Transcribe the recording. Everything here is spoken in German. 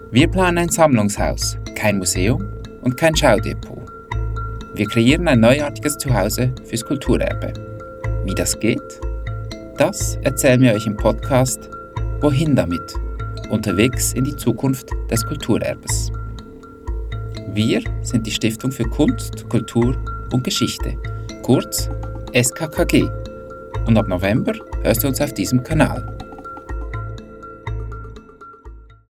Wir planen ein Sammlungshaus, kein Museum und kein Schaudepot. Wir kreieren ein neuartiges Zuhause fürs Kulturerbe. Wie das geht? Das erzählen wir euch im Podcast Wohin damit? Unterwegs in die Zukunft des Kulturerbes. Wir sind die Stiftung für Kunst, Kultur und Geschichte, kurz SKKG. Und ab November hörst du uns auf diesem Kanal.